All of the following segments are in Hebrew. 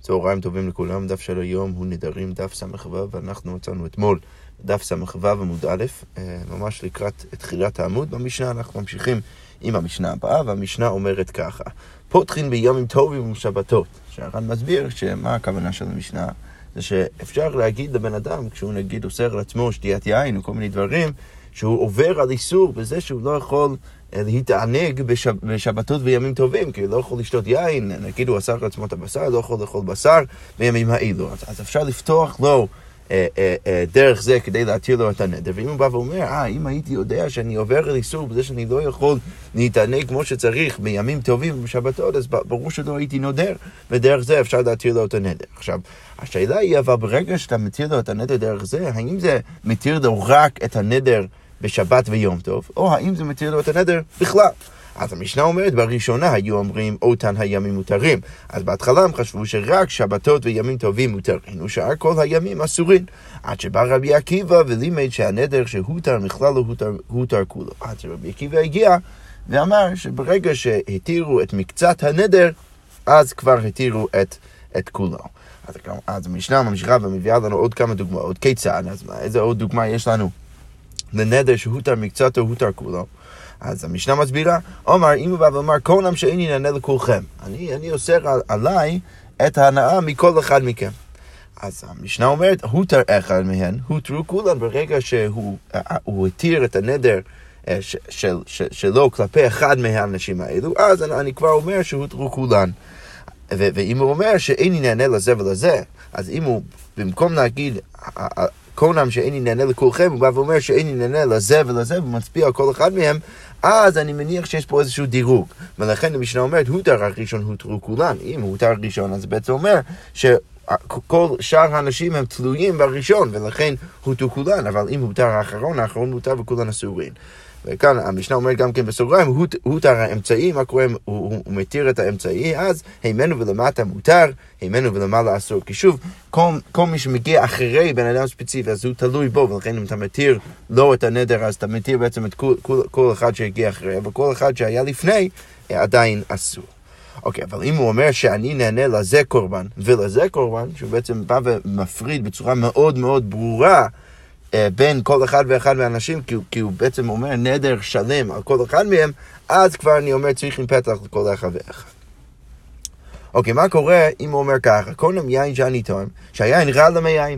צהריים טובים לכולם, דף של היום הוא נדרים דף סמ"ו, ואנחנו מצאנו אתמול דף סמ"ו עמוד א', ממש לקראת תחילת העמוד. במשנה אנחנו ממשיכים עם המשנה הבאה, והמשנה אומרת ככה: פותחין בימים טובים ובשבתות. שהר"ן מסביר שמה הכוונה של המשנה, זה שאפשר להגיד לבן אדם, כשהוא נגיד אוסר על עצמו שתיית יין או כל מיני דברים, שהוא עובר על איסור בזה שהוא לא יכול להתענג בשבתות וימים טובים, כי הוא לא יכול לשתות יין, נגיד הוא אסר על עצמו את הבשר, לא יכול לאכול בשר בימים האלו. אז אפשר לפתוח לו דרך זה כדי להתיר לו את הנדר. ואם הוא בא ואומר, אם הייתי יודע שאני עובר על איסור בזה שאני לא יכול להתענג כמו שצריך בימים טובים ובשבתות, אז ברור שלא הייתי נודר, ודרך זה אפשר להתיר לו את הנדר. עכשיו, השאלה היא, אבל ברגע שאתה מתיר לו את הנדר דרך זה, האם זה מתיר לו רק את הנדר בשבת ויום טוב, או האם זה מתיר לו את הנדר בכלל? אז המשנה אומרת, בראשונה היו אומרים אותן הימים מותרים. אז בהתחלה הם חשבו שרק שבתות וימים טובים מותרים, ושאר כל הימים אסורים. עד שבא רבי עקיבא ולימד שהנדר שהותר מכלל לא הותר כולו. עד שרבי עקיבא הגיע ואמר שברגע שהתירו את מקצת הנדר, אז כבר התירו את כולו. אז המשנה ממשיכה ומביאה לנו עוד כמה דוגמאות. כיצד? אז איזה עוד דוגמה יש לנו לנדר שהותר מקצת או הותר כולו? אז המשנה מסבירה, אומר, אם הוא בא ואומר, קונם שאיני נהנה לכולכם. אני אוסר עליי את ההנאה מכל אחד מכם. אז המשנה אומרת, הותר אחד מהן, הותרו כולן. ברגע שהוא התיר את הנדר שלו כלפי אחד מהאנשים האלו, אז אני כבר אומר שהותרו כולן. ואם הוא אומר שאיני נהנה לזה ולזה, אז אם הוא, במקום להגיד, קונם שאיני נהנה לכולכם, הוא בא ואומר שאיני נהנה לזה ולזה, ומצביע על כל אחד מהם, אז אני מניח שיש פה איזשהו דירוג. ולכן המשנה אומרת, הותר הראשון הותרו כולן. אם הותר הראשון, אז זה בעצם אומר שכל שאר האנשים הם תלויים בראשון, ולכן הותרו כולן. אבל אם הותר האחרון, האחרון הותר וכולן אסורים. וכאן המשנה אומרת גם כן בסוגריים, הותר האמצעי, מה קורה? הוא מתיר את האמצעי, אז הימנו ולמטה מותר, הימנו ולמעלה אסור. כי שוב, כל מי שמגיע אחרי בן אדם ספציפי, אז הוא תלוי בו, ולכן אם אתה מתיר לא את הנדר, אז אתה מתיר בעצם את כל אחד שהגיע אחרי, אבל כל אחד שהיה לפני, עדיין אסור. אוקיי, אבל אם הוא אומר שאני נהנה לזה קורבן ולזה קורבן, שהוא בעצם בא ומפריד בצורה מאוד מאוד ברורה, בין כל אחד ואחד מהאנשים, כי הוא בעצם אומר נדר שלם על כל אחד מהם, אז כבר אני אומר צריכים פתח לכל אחד ואחד. אוקיי, מה קורה אם הוא אומר ככה? קונם יין שאני טועם, שהיין רע למי.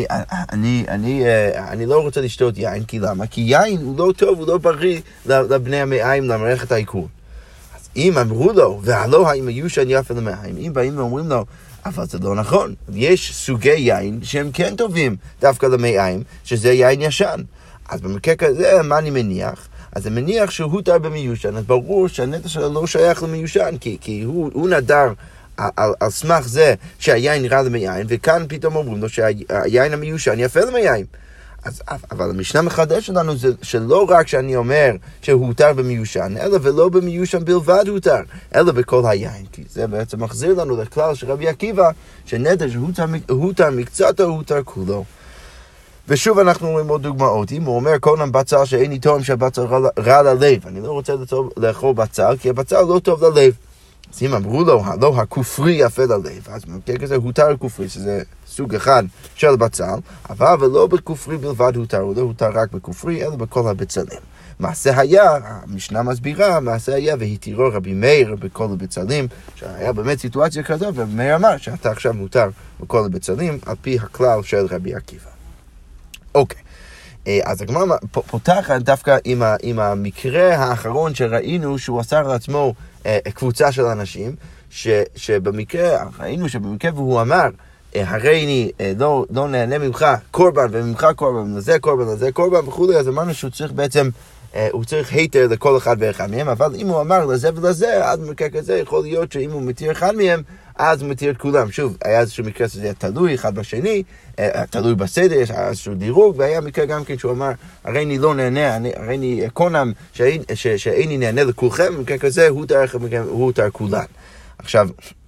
אני לא רוצה לשתות יין, כי למה? כי יין הוא לא טוב, הוא לא בריא לבני המעיים, למערכת העיכול. אז אם אמרו לו, והלא האם מיושן יפה למעיים, אם באים ואומרים לו, אבל זה לא נכון. יש סוגי יין שהם כן טובים דווקא למעיים, שזה יין ישן. אז במקרה כזה, מה אני מניח? אז אני מניח שהוא הותר במיושן, אז ברור שהנדר שלו לא שייך למיושן, כי הוא נדר על סמך זה שהיין נראה למעיים, וכאן פתאום אומרים לו שהיין המיושן יפה למעיים. אבל המשנה מחדש שלנו זה שלא רק שאני אומר שהוא הותר במיושן, אלא ולא במיושן בלבד הותר, אלא בכל היין. כי זה בעצם מחזיר לנו לכלל של רבי עקיבא, שנדר שהותר מקצת או הותר כולו. ושוב אנחנו אומרים עוד דוגמאות. אם הוא אומר קונם בצל שאיני טועם שהבצל רע ללב, אני לא רוצה לאכול בצל, כי הבצל לא טוב ללב. אז אם אמרו לו, הלא הכופרי יפה ללב, אז במקרה כזה הותר הכופרי, שזה סוג אחד של בצל, אבל ולא בכופרי בלבד הותר, הוא לא הותר רק בכופרי, אלא בכל הבצלים. מעשה היה, המשנה מסבירה, מעשה היה והתירו רבי מאיר בכל הבצלים, שהיה באמת סיטואציה כזאת, ורבי מאיר אמר שאתה עכשיו מותר בכל הבצלים, על פי הכלל של רבי עקיבא. אוקיי. אז הגמרא פותחת דווקא עם המקרה האחרון שראינו שהוא אסר לעצמו קבוצה של אנשים, שבמקרה, ראינו שבמקרה והוא אמר, הרי אני לא נהנה ממך קורבן וממך קורבן, לזה קורבן, לזה קורבן וכו', אז אמרנו שהוא צריך בעצם, הוא צריך היתר לכל אחד ואחד מהם, אבל אם הוא אמר לזה ולזה, אז במקרה כזה יכול להיות שאם הוא מתיר אחד מהם, אז הוא מתיר את כולם. שוב, היה איזשהו מקרה שזה היה תלוי אחד בשני, תלוי בסדר, יש איזשהו דירוג, והיה מקרה גם כן שהוא אמר, הרי אני לא נהנה, הרי אני קונם שאיני נהנה לכולכם, במקרה כזה הוא הותר כולן. עכשיו,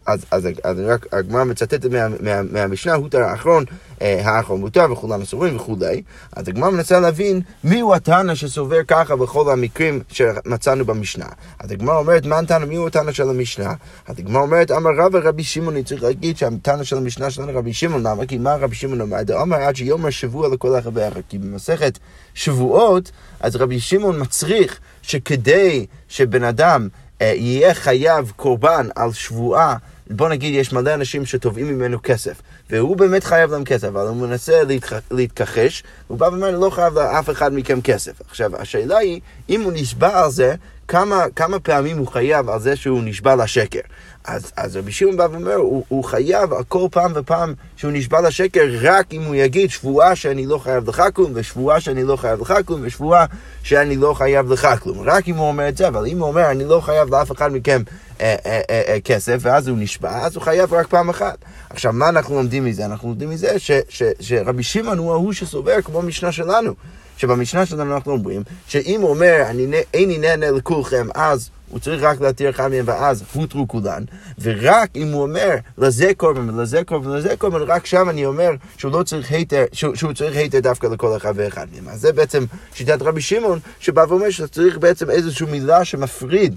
אז רק הגמרא מצטטת מהמשנה, הותר האחרון מותר וכולם אסורים וכולי. אז הגמרא מנסה להבין מיהו התנא שסובר ככה בכל המקרים שמצאנו במשנה. אז הגמרא אומרת, מה התנא, מיהו התנא של המשנה? אז הגמרא אומרת, אמר רבי שמעון, אני צריך להגיד שהתנא של המשנה שלנו רבי שמעון, למה? כי מה רבי שמעון אומר? אמר עד שיומר שבוע לכל אחד ואחד, כי במסכת שבועות, אז רבי שמעון מצריך שכדי שבן אדם יהיה חייב קורבן על שבועה, בוא נגיד יש מלא אנשים שתובעים ממנו כסף, והוא באמת חייב להם כסף, אבל הוא מנסה להתכחש, הוא בא ואומר, לא חייב לאף אחד מכם כסף. עכשיו, השאלה היא, אם הוא נשבע על זה, כמה פעמים הוא חייב על זה שהוא נשבע לשקר? אז רבי שמעון בא ואומר, הוא חייב על כל פעם ופעם שהוא נשבע לשקר, רק אם הוא יגיד שבועה שאני לא חייב לך כלום, ושבועה שאני לא חייב לך כלום, ושבועה שאני לא חייב לך כלום. רק אם הוא אומר את זה, אבל אם הוא אומר, אני לא חייב לאף אחד מכם כסף, ואז הוא נשבע, אז הוא חייב רק פעם אחת. עכשיו, מה אנחנו לומדים מזה? אנחנו לומדים מזה שרבי שמעון הוא ההוא שסובר כמו המשנה שלנו. שבמשנה שלנו אנחנו אומרים, שאם הוא אומר, איני נהנה לכולכם, אז הוא צריך רק להתיר אחד מהם, ואז הותרו כולן, ורק אם הוא אומר, לזה קורבן ולזה קורבן ולזה קורבן, רק שם אני אומר שהוא לא צריך היתר, שהוא צריך היתר דווקא לכל אחד ואחד מהם. אז זה בעצם שיטת רבי שמעון, שבא ואומר שצריך בעצם איזושהי מילה שמפריד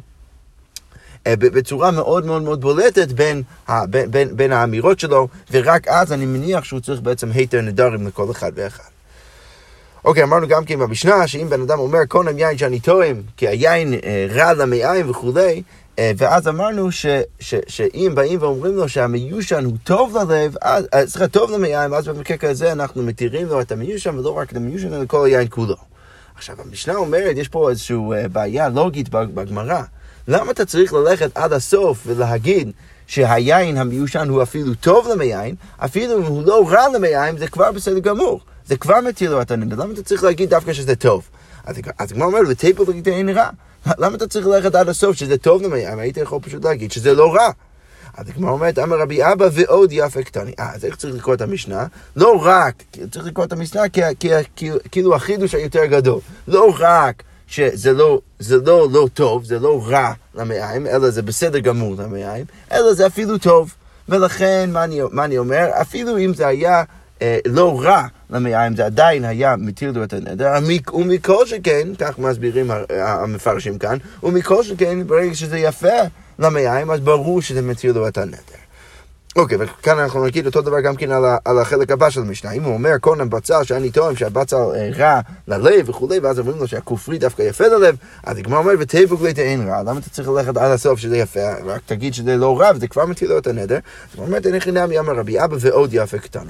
בצורה מאוד מאוד מאוד בולטת בין האמירות שלו, ורק אז אני מניח שהוא צריך בעצם היתר נדרים לכל אחד ואחד. אוקיי, אמרנו גם כן במשנה, שאם בן אדם אומר, קונם יין שאני טועם, כי היין רע למעיים וכולי, ואז אמרנו שאם באים ואומרים לו שהמיושן הוא טוב ללב, סליחה, טוב למעיים, אז במקרה כזה אנחנו מתירים לו את המיושן, ולא רק את המיושן, אלא כל היין כולו. עכשיו, המשנה אומרת, יש פה איזושהי בעיה לוגית בגמרא. למה אתה צריך ללכת עד הסוף ולהגיד שהיין המיושן הוא אפילו טוב למעיים, אפילו אם הוא לא רע למעיים, זה כבר בסדר גמור. זה כבר מתיר לו את הנדר. למה אתה צריך להגיד דווקא שזה טוב? אז כמו אומר, וטייפל להגיד אין רע. למה אתה צריך ללכת עד הסוף שזה טוב למעיים? הייתי יכול פשוט להגיד שזה לא רע. אז כמו אומרת, אמר רבי אבא ועוד יפה קטני. אז איך צריך לקרוא את המשנה? לא רק, צריך לקרוא את המשנה כאילו החידוש היותר גדול. לא רק שזה לא טוב, זה לא רע למעיים, אלא זה בסדר גמור למעיים, אלא זה אפילו טוב. ולכן, מה אני אומר? אפילו אם זה היה לא רע למעיים, זה עדיין היה מתיר לו את הנדר, ומכל שכן, כך מסבירים המפרשים כאן, ומכל שכן, ברגע שזה יפה למעיים, אז ברור שזה מתיר לו את הנדר. אוקיי, וכאן אנחנו נגיד אותו דבר גם כן על החלק הבא של המשנה. אם הוא אומר, קונם בצל שאני טועם שהבצל רע ללב וכולי, ואז אומרים לו שהכופרי דווקא יפה ללב, אז הגמרא אומר, וטייבוק לי אין רע, למה אתה צריך ללכת עד הסוף שזה יפה? רק תגיד שזה לא רע, וזה כבר מתיר לו את הנדר. אז הוא אומר, אין חינם יאמר רבי אבא ועוד יפה קטני,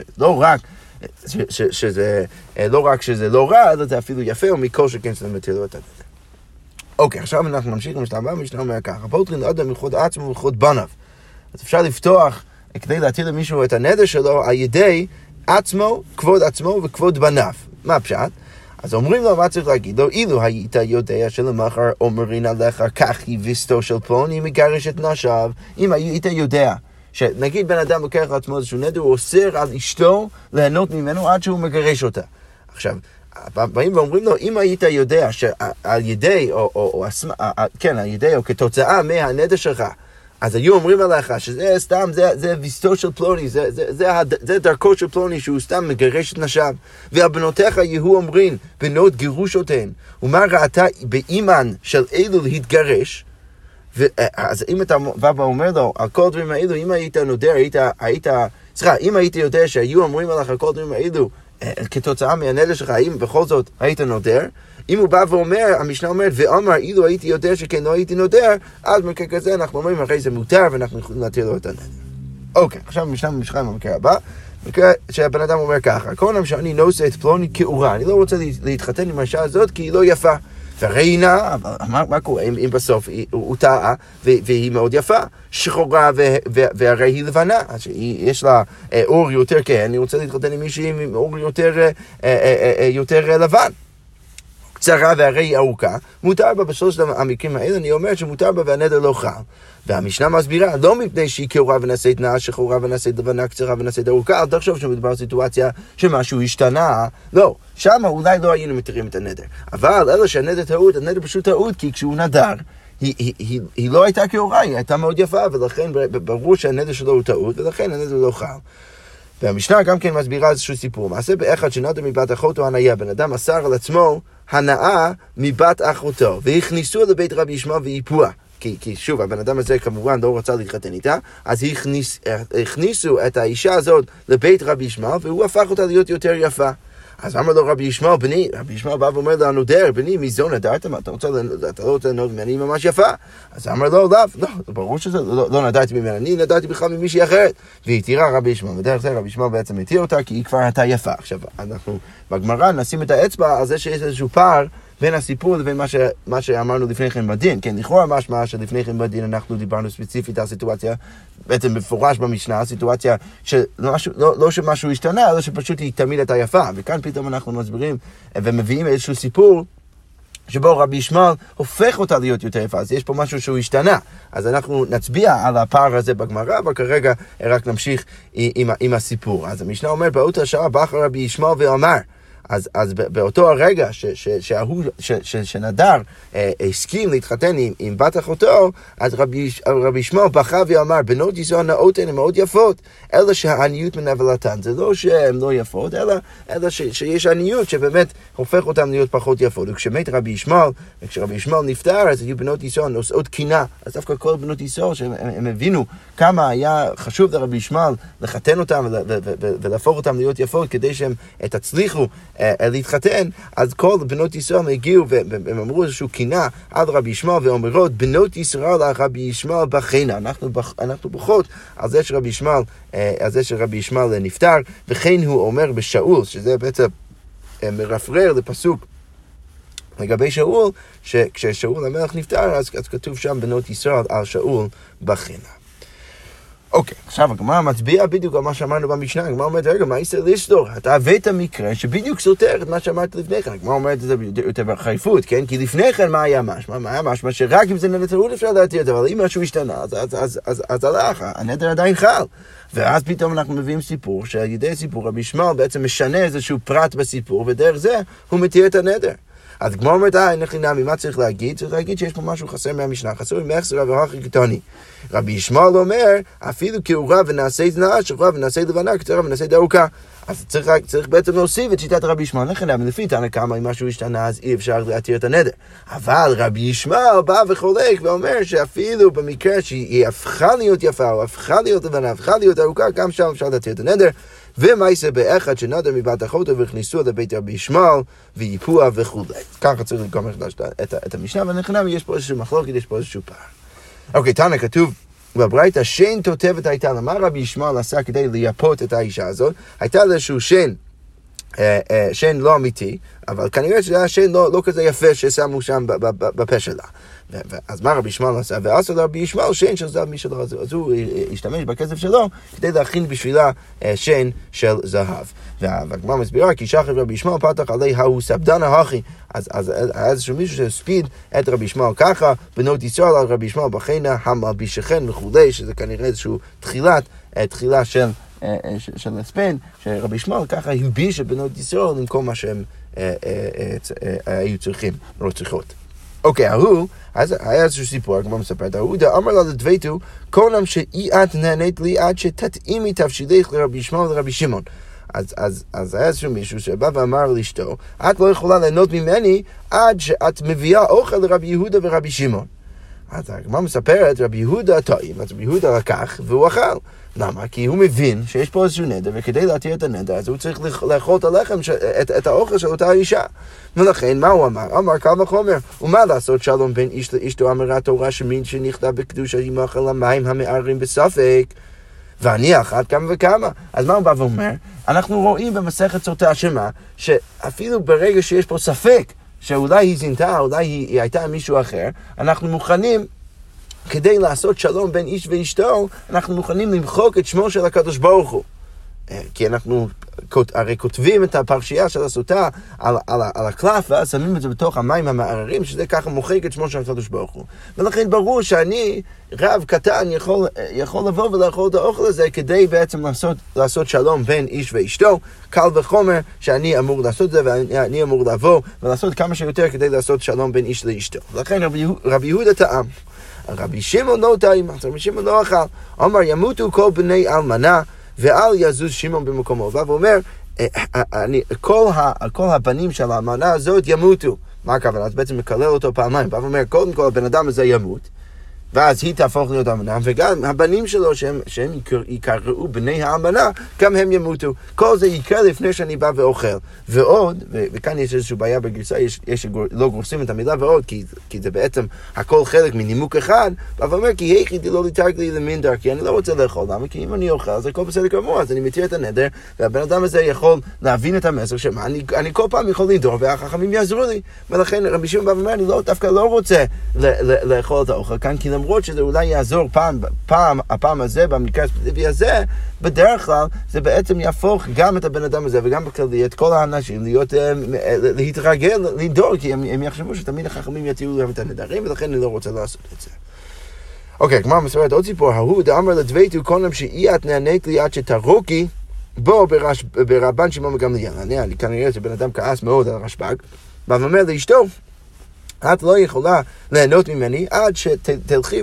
לא רק שזה לא רע, אלא זה אפילו יפה, ומכל שכן שזה מתיר לו את הנדר. אוקיי, עכשיו אנחנו נמשיך למשנה הבאה, המשנה אומר ככה, פוטרין אדם מכבוד עצמו ומכבוד בניו. אז אפשר לפתוח כדי להתיר למישהו את הנדר שלו על ידי עצמו, כבוד עצמו וכבוד בניו. מה הפשט? אז אומרים לו מה צריך להגיד לו, אילו היית יודע שלמחר אומרין עליך כך היביסטו של פלוני מגרש את נשיו, אם היית יודע שנגיד בן אדם לוקח לעצמו איזשהו נדר, הוא אוסר על אשתו ליהנות ממנו עד שהוא מגרש אותה. עכשיו, באים ואומרים לו, אם היית יודע שעל ידי, על ידי או כתוצאה מהנדר שלך, אז היו אומרים עליך שזה סתם, זה ויסטו של פלוני, זה דרכו של פלוני שהוא סתם מגרש את נשיו. והבנותיך יהיו אומרים, בנות גירושותיין, ומה ראתה באימן של אלו להתגרש, אז אם אתה בא ואומר לו, על כל דברים האלו, אם היית נודר, אם היית יודע שהיו אומרים עליך על כל דברים האלו, כתוצאה מהנדר שלך, האם בכל זאת היית נודר? אם הוא בא ואומר, המשנה אומרת, ואמר, אילו הייתי יודע שכן לא הייתי נודר, אז במקרה כזה אנחנו אומרים, הרי זה מותר, ואנחנו יכולים להתיר לו את הנדר. אוקיי, עכשיו המשנה ממשיכה במקרה הבא, במקרה שהבן אדם אומר ככה, קונם שאני נושא את פלוני כאורה, אני לא רוצה להתחתן עם האישה הזאת כי היא לא יפה. וראינה, מה קורה אם בסוף הוא טעה והיא מאוד יפה, שחורה והרי היא לבנה, אז יש לה אור יותר כהה, אני רוצה להתחתן עם מישהי עם אור יותר לבן. קצרה והרי היא ארוכה, מותר בה בשלושת המקרים האלה, אני אומר שמותר בה והנדר לא חל. והמשנה מסבירה, לא מפני שהיא כאורה ונעשית נעה, שחורה ונעשית לבנה, קצרה ונעשית ארוכה, אל תחשוב שמדובר סיטואציה שמשהו השתנה, לא, שם אולי לא היינו מתירים את הנדר. אבל אלא שהנדר טעות, הנדר פשוט טעות, כי כשהוא נדר, היא לא הייתה כאורה, היא הייתה מאוד יפה, ולכן ברור שהנדר שלו הוא טעות, ולכן הנדר לא חל. והמשנה גם כן מסבירה איזשהו סיפור. מעשה באחד שנדר מבת אחותו הנאה, בן אדם אסר על עצמו הנאה מבת אחותו, והכניסו לבית רבי ישמעאל ויפוה. כי שוב, הבן אדם הזה כמובן לא רצה להתחתן איתה, אז הכניסו את האישה הזאת לבית רבי ישמעאל, והוא הפך אותה להיות יותר יפה. אז אמר לו רבי ישמעאל, בני, רבי ישמעאל בא ואומר לו, הנודר, בני, מזו נדרת? אתה לא רוצה לנוד ממני ממש יפה? אז אמר לו, לא, ברור שזה, לא נדרתי ממני, אני נדרתי בכלל ממישהי אחרת. והתירה רבי ישמעאל, ודרך זה רבי ישמעאל בעצם התיר אותה, כי היא כבר הייתה יפה. עכשיו, אנחנו בגמרא נשים את האצבע על זה שיש איזשהו פער, בין הסיפור לבין מה שאמרנו לפני כן בדין. כן, לכאורה משמע שלפני כן בדין אנחנו דיברנו ספציפית על סיטואציה, בעצם מפורש במשנה, סיטואציה לא שמשהו השתנה, אלא שפשוט היא תמיד הייתה יפה. וכאן פתאום אנחנו מסבירים ומביאים איזשהו סיפור שבו רבי ישמעאל הופך אותה להיות יותר יפה. אז יש פה משהו שהוא השתנה. אז אנחנו נצביע על הפער הזה בגמרא, וכרגע רק נמשיך עם הסיפור. אז המשנה אומר, באותה שעה בא רבי ישמעאל ואמר, אז באותו הרגע שנדר הסכים להתחתן עם בת אחותו, אז רבי ישמעאל בכה ואמר, בנות ישראל נאות הן מאוד יפות, אלא שהעניות מנבלתן. זה לא שהן לא יפות, אלא שיש עניות שבאמת הופך אותן להיות פחות יפות. וכשמת רבי ישמעאל, וכשרבי ישמעאל נפטר, אז היו בנות ישראל נושאות קינה. אז דווקא כל בנות ישראל שהם הבינו כמה היה חשוב לרבי ישמעאל לחתן אותם ולהפוך אותם להיות יפות, כדי שהם תצליחו להתחתן. אז כל בנות ישראל הגיעו והם אמרו איזשהו קינה על רבי ישמעאל ואומרות, בנות ישראל רבי ישמעאל בחינה, אנחנו בוכות על זה שרבי ישמעאל נפטר. וכן הוא אומר בשאול, שזה בעצם מרפרר לפסוק לגבי שאול, שכששאול המלך נפטר, אז כתוב שם בנות ישראל על שאול בחינה. אוקיי, עכשיו הגמרא מצביעה בדיוק על מה שאמרנו במשנה. הגמרא אומרת, רגע, מה יעשה לסתור? אתה הבאת מקרה שבדיוק סותר את מה שאמרת לפני כן. הגמרא אומרת את זה יותר בחריפות, כן? כי לפני כן מה היה משמע? מה היה משמע? שרק אם זה נדר טעות אפשר להתיר את זה, אבל אם משהו השתנה, אז הלך, הנדר עדיין חל. ואז פתאום אנחנו מביאים סיפור, שעל ידי סיפור רבי ישמעאל בעצם משנה איזשהו פרט בסיפור, ודרך זה הוא מתיר את הנדר. אז כמו אומרת, אין לך נמי, מה צריך להגיד? צריך להגיד שיש פה משהו חסר מהמשנה, חסר ממחסרה והכי קטני. רבי ישמעאל אומר, אפילו כאורה ונעשה זנאה, שחורה ונעשה לבנה, קצרה ונעשה דאוקה. אז צריך בעצם להוסיף את שיטת רבי ישמעאל. לכן לפי תנא קמא, אם משהו השתנה, אז אי אפשר להתיר את הנדר. אבל רבי ישמעאל בא וחולק ואומר שאפילו במקרה שהיא הפכה להיות יפה, או הפכה להיות לבנה, הפכה להיות ארוכה, גם שם אפשר להתיר את הנדר. ומה יעשה באחד שנדר מבת אחותו והכניסו לבית רבי ישמעאל ויפוה וכו'. ככה צריך לקרוא מחדש את המשנה, ולכן יש פה איזשהו מחלוקת, יש פה איזשהו פער. אוקיי, תנא כתוב בברייתא, שן תותבת הייתה לה. מה רבי ישמעאל עשה כדי לייפות את האישה הזאת? הייתה איזשהו שן לא אמיתי, אבל כנראה שזה היה שן לא כזה יפה ששמו שם בפה שלה. אז מה רבי ישמעאל עשה? ועשה לרבי ישמעאל שן של זהב משלו. אז הוא השתמש בכסף שלו כדי להכין בשבילה שן של זהב. והגמרא מסבירה, כי שחר רבי ישמעאל פתח עליה הוא סבדנה הכי. אז היה איזשהו מישהו שהספיד את רבי ישמעאל ככה, בנות ישראל על רבי ישמעאל בחינה, המלבישכן וכו', שזה כנראה איזשהו תחילה של הספן, שרבי ישמעאל ככה הלביש את בנות ישראל למקום מה שהם היו צריכים, לא צריכות. אוקיי, אז היה איזשהו סיפור, הגמרא מספרת, אמר לה לדבייתו, קונם שאי את נהנית לי עד שתתאימי תבשילך לרבי ישמעאל ולרבי שמעון. אז היה איזשהו מישהו שבא ואמר לאשתו, את לא יכולה ליהנות ממני עד שאת מביאה אוכל לרבי יהודה ורבי שמעון. אז הגמרא מספרת, רבי יהודה טעים, אז רבי יהודה לקח והוא אכל. למה? כי הוא מבין שיש פה איזשהו נדר, וכדי להתיר את הנדר, אז הוא צריך לאכול את הלחם, את האוכל של אותה אישה. ולכן, מה הוא אמר? אמר קל וחומר, ומה לעשות שלום בין איש לאשתו, אמרה תורה שמין שנכתב בקדושה ימאכל למים המערערים בספק, ואני אחת כמה וכמה. אז מה הוא בא ואומר? אנחנו רואים במסכת סוטה שמה, שאפילו ברגע שיש פה ספק, שאולי היא זינתה, אולי היא הייתה עם מישהו אחר, אנחנו מוכנים, כדי לעשות שלום בין איש ואשתו, אנחנו מוכנים למחוק את שמו של הקדוש ברוך הוא. כי אנחנו הרי כותבים את הפרשייה של הסוטה על הקלף, ואז שמים את זה בתוך המים המערערים, שזה ככה מוחק את שמו של הקדוש ברוך הוא. ולכן ברור שאני, רב קטן, יכול לבוא ולאכול את האוכל הזה, כדי בעצם לעשות שלום בין איש ואשתו. קל וחומר שאני אמור לעשות את זה, ואני אמור לבוא ולעשות כמה שיותר כדי לעשות שלום בין איש לאשתו. ולכן רבי יהודה טעם. רבי שמעון לא טעים, רבי שמעון לא אכל. אמר ימותו כל בני אלמנה, ואל יזוז שמעון במקומו. ואומר, כל הבנים של האלמנה הזאת ימותו. מה הכוונה? אז בעצם מקלל אותו פעמיים. ואומר, קודם כל הבן אדם הזה ימות, ואז היא תהפוך להיות האלמנה, וגם הבנים שלו שהם יקראו בני האלמנה, גם הם ימותו. כל זה יקרה לפני שאני בא ואוכל. ועוד, וכאן יש איזושהי בעיה בגרסה, לא גורסים את המילה ועוד, כי זה בעצם הכל חלק מנימוק אחד, ואומר, כי היחידי לא לתרגלי למינדר, כי אני לא רוצה לאכול. למה? כי אם אני אוכל, אז הכל בסדר גמור, אז אני מתיר את הנדר, והבן אדם הזה יכול להבין את המסר, שמה, אני כל פעם יכול לדור, והחכמים יעזרו לי. ולכן רבי שמעון אומר, אני דווקא לא רוצה לאכול את האוכל כאן, כי למרות שזה אולי יעזור הפעם הזה, במקרה הספציפי הזה, בדרך כלל זה בעצם יהפוך גם את הבן אדם הזה וגם בכללי את כל האנשים להתרגל, לדור, כי הם יחשבו שתמיד החכמים יתירו להם את הנדרים, ולכן אני לא רוצה לעשות את זה. אוקיי, כמו מסורת עוד סיפור, ההוא דאמר לדבייתו קונם שאי את נענית לי עד שתרוקי בו ברבן שמעון גמליאל. אני כנראה שבן אדם כעס מאוד על הרשב"ג, ואומר לאשתו, את לא יכולה ליהנות ממני עד שתלכי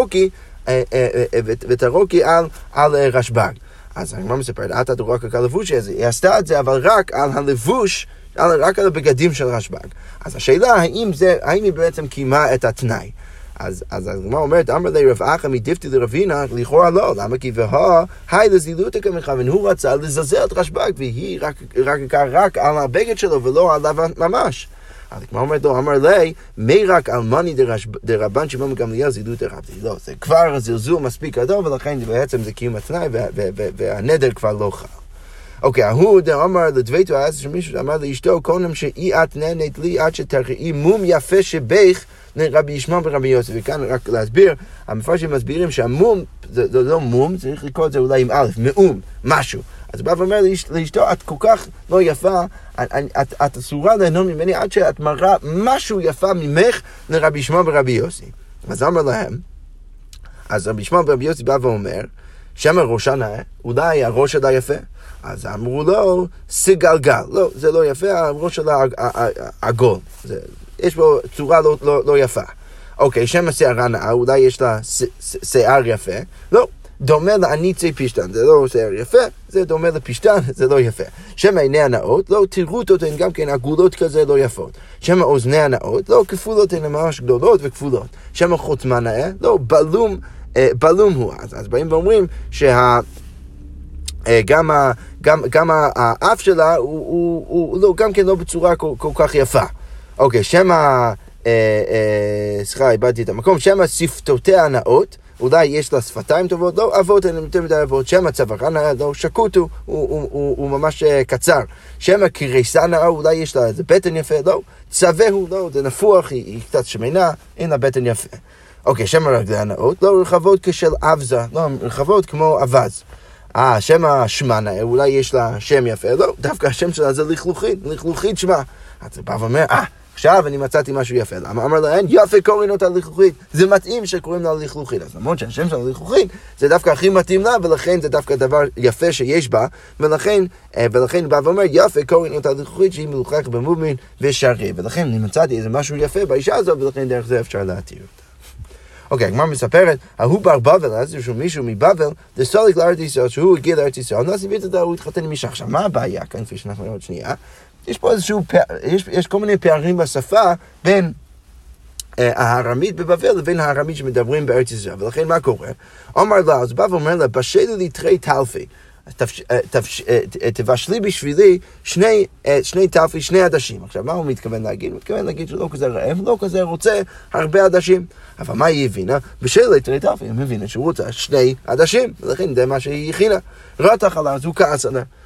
ותרוקי על רשב"ג. אז הגמרא מספרת, את רק על הלבוש הזה, היא עשתה את זה, אבל רק על הלבוש, רק על הבגדים של רשב"ג. אז השאלה, האם היא בעצם קיימה את התנאי? אז הגמרא אומרת, אמר לי רב אחא מדפתי לרבינה, לכאורה לא, למה? כי היי לזילותא כמכוון, הוא רצה לזלזל את רשב"ג, והיא רק על הבגד שלו ולא עליו ממש. אז כמו אומרת לו, אמר לי, מי רק אלמני דרבן שמעון גמליאל זילותא רבתי. לא, זה כבר זלזול מספיק גדול, ולכן בעצם זה קיום התנאי, והנדר כבר לא חל. אוקיי, ההוא אמר לדבייתו, אז שמישהו אמר לאשתו, קודם שאי את נהנית לי עד שתראי מום יפה שבך לרבי ישמעאל ברבי יוסף. וכאן רק להסביר, המפרשים מסבירים שהמום, זה לא מום, צריך לקרוא את זה אולי עם א', מאום, משהו. אז הוא בא ואומר לאשתו, את כל כך לא יפה, את אסורה ליהנות ממני עד שאת מראה משהו יפה ממך לרבי ישמעאל ברבי יוסי. אז אמר להם, אז רבי ישמעאל ברבי יוסי בא ואומר, שם ראשה נאה, אולי הראש שלה יפה. אז אמרו לו, סגלגל. לא, זה לא יפה, הראש שלה עגול. יש בו צורה לא יפה. אוקיי, שם השערה נאה, אולי יש לה שיער יפה. לא. דומה לעניצי פשטן, זה לא שיער יפה, זה דומה לפשטן, זה לא יפה. שם עיני הנאות, לא תירות אותן גם כן עגולות כזה לא יפות. שם אוזני הנאות, לא כפולות הן ממש גדולות וכפולות. שם חותמה נאה, לא בלום הוא. אז באים ואומרים גם האף שלה הוא לא, גם כן לא בצורה כל כך יפה. אוקיי, שם סליחה, איבדתי את המקום, שם שפתותיה הנאות, אולי יש לה שפתיים טובות, לא אבות, הן יותר מדי אבות. שם הצווארן נאה, לא שקוט הוא ממש קצר. שם הקריסה נאה, אולי יש לה איזה בטן יפה, לא צווה הוא, לא, זה נפוח, היא קצת שמנה, אין לה בטן יפה. אוקיי, שם הרגלי הנאות, לא רחבות כשל אבזה, לא רחבות כמו אבז. שם השמה נאה, אולי יש לה שם יפה, לא, דווקא השם שלה זה לכלוכית שמה. אז זה בא ואומר, עכשיו אני מצאתי משהו יפה. למה? אמר להן, יפה קוראים אותה לכלוכית. זה מתאים שקוראים לה לכלוכית. אז למרות שהשם שלה לכלוכית, זה דווקא הכי מתאים לה, ולכן זה דווקא דבר יפה שיש בה, ולכן בא ואומר, יפה קוראים אותה לכלוכית, שהיא מלוכלכת במומין ושרי. ולכן אני מצאתי איזה משהו יפה באישה הזו, ולכן דרך זה אפשר להתיר אותה. אוקיי, הגמרא מספרת, ההוא בר בבל, אז יש מישהו מבבל, דסוליק לארץ ישראל, שהוא הגיע לארץ ישראל, נסיבית את הוא התחתן עם אישה. עכשיו, מה הבעיה? כאן כפי שאנחנו נראות שנייה. יש פה יש כל מיני פערים בשפה בין הארמית בבבל לבין הארמית שמדברים בארץ ישראל. ולכן מה קורה? אומר לה, אז בא ואומר לה, בשלי לי תרי תלפי, תבשלי בשבילי שני תלפי, שני עדשים. עכשיו, מה הוא מתכוון להגיד? הוא מתכוון להגיד שלא כזה רעב, לא כזה רוצה הרבה עדשים. אבל מה היא הבינה? בשלי תרי תלפי, היא מבינה שהוא רוצה שני עדשים, ולכן זה מה שהיא הכינה. רתח עלה, אז הוא כעס עליה.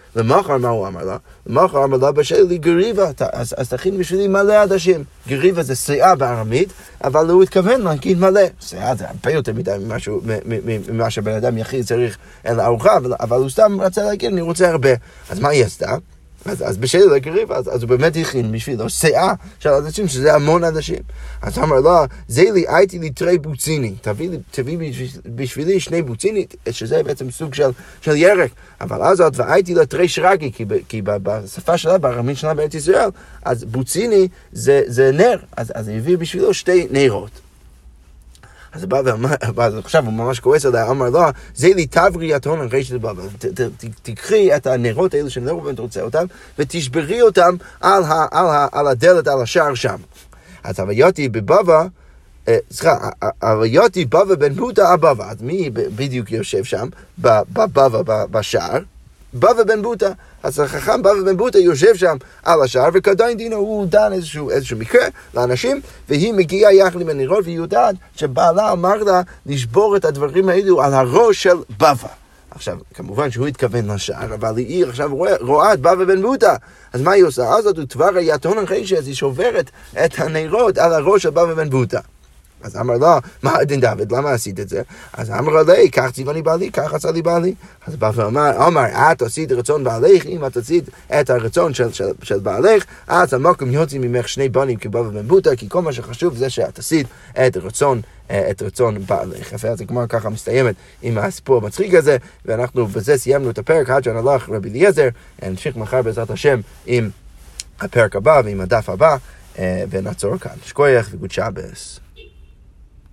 למחר מה הוא אמר לה? למחר אמר לה, בשל לי גריבה, אז תכין בשבילי מלא עדשים. גריבה זה שאה בארמית, אבל הוא התכוון להגיד מלא. שאה זה הרבה יותר מדי ממה שבן אדם יחיד צריך לארוחה, אבל הוא סתם רצה להגיד, אני רוצה הרבה. אז מה היא עשתה? אז בשל לגריבה, אז הוא באמת הכין בשבילו שאה של עדשים, שזה המון עדשים. אז הוא אמר לה, זה לי, הייתי לי תרי בוציני, תביא בשבילי 2 בוציני, שזה בעצם סוג של ירק. אבל אז עוד, והייתי לה תרי שרגי, כי בשפה שלה, בארמית שלה בארץ ישראל, אז בוציני זה נר, אז היא הביא בשבילו 2 נרות. אז הוא בא ואמר, עכשיו הוא ממש כועס עליה, אמר לה, זה לי תברי התון אחרי שזה בא, תקחי את הנרות האלה שאני לא באמת רוצה אותם, ותשברי אותם על הדלת, על השער שם. אז הוויותי בבבא, הוויותי בבא בן בוטה הבבא, אז מי בדיוק יושב שם? בבבא בשער? בבא בן בוטה. אז החכם בבא בן בוטה יושב שם על השער, וכדאי דינו הוא דן איזשהו מקרה לאנשים, והיא מגיעה יחד עם הנרות, והיא יודעת שבעלה אמר לה לשבור את הדברים האלו על הראש של בבא. עכשיו, כמובן שהוא התכוון לשער, אבל היא עכשיו רואה את בבא בן בוטה. אז מה היא עושה? אז הוא דבר היתון אחרי אז היא שוברת את הנרות על הראש של בבא בן בוטה. אז אמר לה, מה הדין דוד, למה עשית את זה? אז אמר לה, כך ציווני בעלי, כך עשה לי בעלי. אז בא ואמר, את עשית רצון בעלך, אם את עשית את הרצון של בעלך, אז המקום יוצא ממך 2 בנים כבבא בן בוטה, כי כל מה שחשוב זה שאת עשית את רצון בעלך. אז הגמרא ככה מסתיימת עם הסיפור המצחיק הזה, ואנחנו בזה סיימנו את הפרק, עד שהלך רבי אליעזר, נמשיך מחר בעזרת השם עם הפרק הבא ועם הדף הבא, ונעצור כאן. שקוייך וגוד שבס.